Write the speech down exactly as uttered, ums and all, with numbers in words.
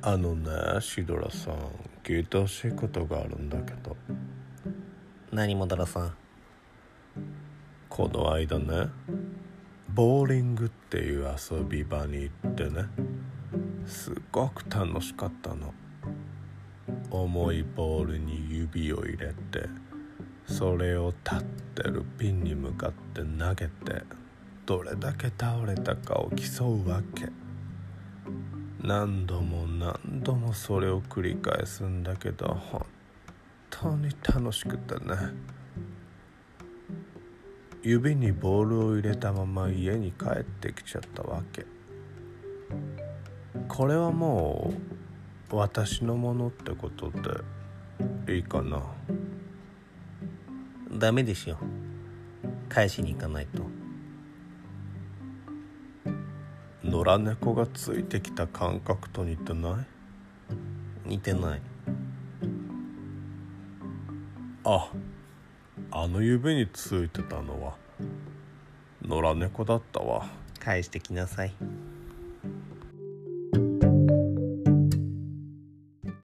あのね、シドラさん、聞いてほしいことがあるんだけど。 何もだらさん。 この間ね、ボーリングっていう遊び場に行ってね、すごく楽しかったの。重いボールに指を入れて、それを立ってるピンに向かって投げて、どれだけ倒れたかを競うわけ。何度も何度もそれを繰り返すんだけど、本当に楽しくてね。指にボールを入れたまま家に帰ってきちゃったわけ。これはもう私のものってことでいいかな？ ダメですよ。返しに行かないと。 野良猫がついてきた感覚と似てない？ 似てない。 あ、あの指についてたのは野良猫だったわ。 返してきなさい。